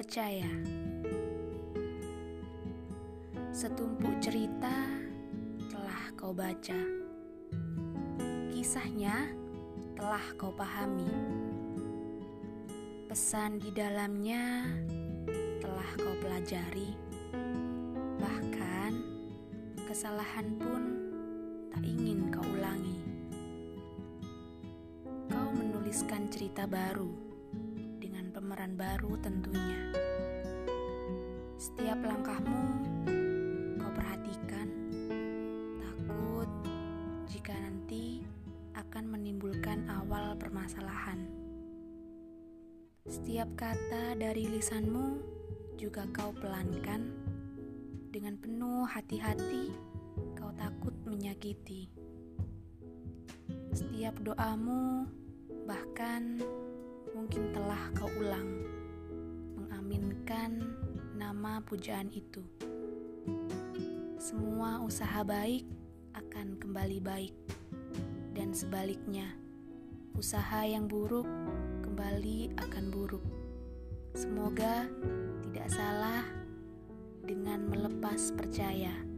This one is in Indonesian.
percaya. Setumpuk cerita telah kau baca, kisahnya telah kau pahami, pesan di dalamnya telah kau pelajari, bahkan kesalahan pun tak ingin kau ulangi. Kau menuliskan cerita baru dengan pemeran baru tentunya. Setiap langkahmu kau perhatikan, takut jika nanti akan menimbulkan awal permasalahan. Setiap kata dari lisanmu juga kau pelankan, dengan penuh hati-hati kau takut menyakiti. Setiap doamu bahkan mungkin telah kau ulang, mengaminkan nama pujaan itu. Semua usaha baik akan kembali baik, dan sebaliknya, usaha yang buruk kembali akan buruk. Semoga tidak salah dengan melepas percaya.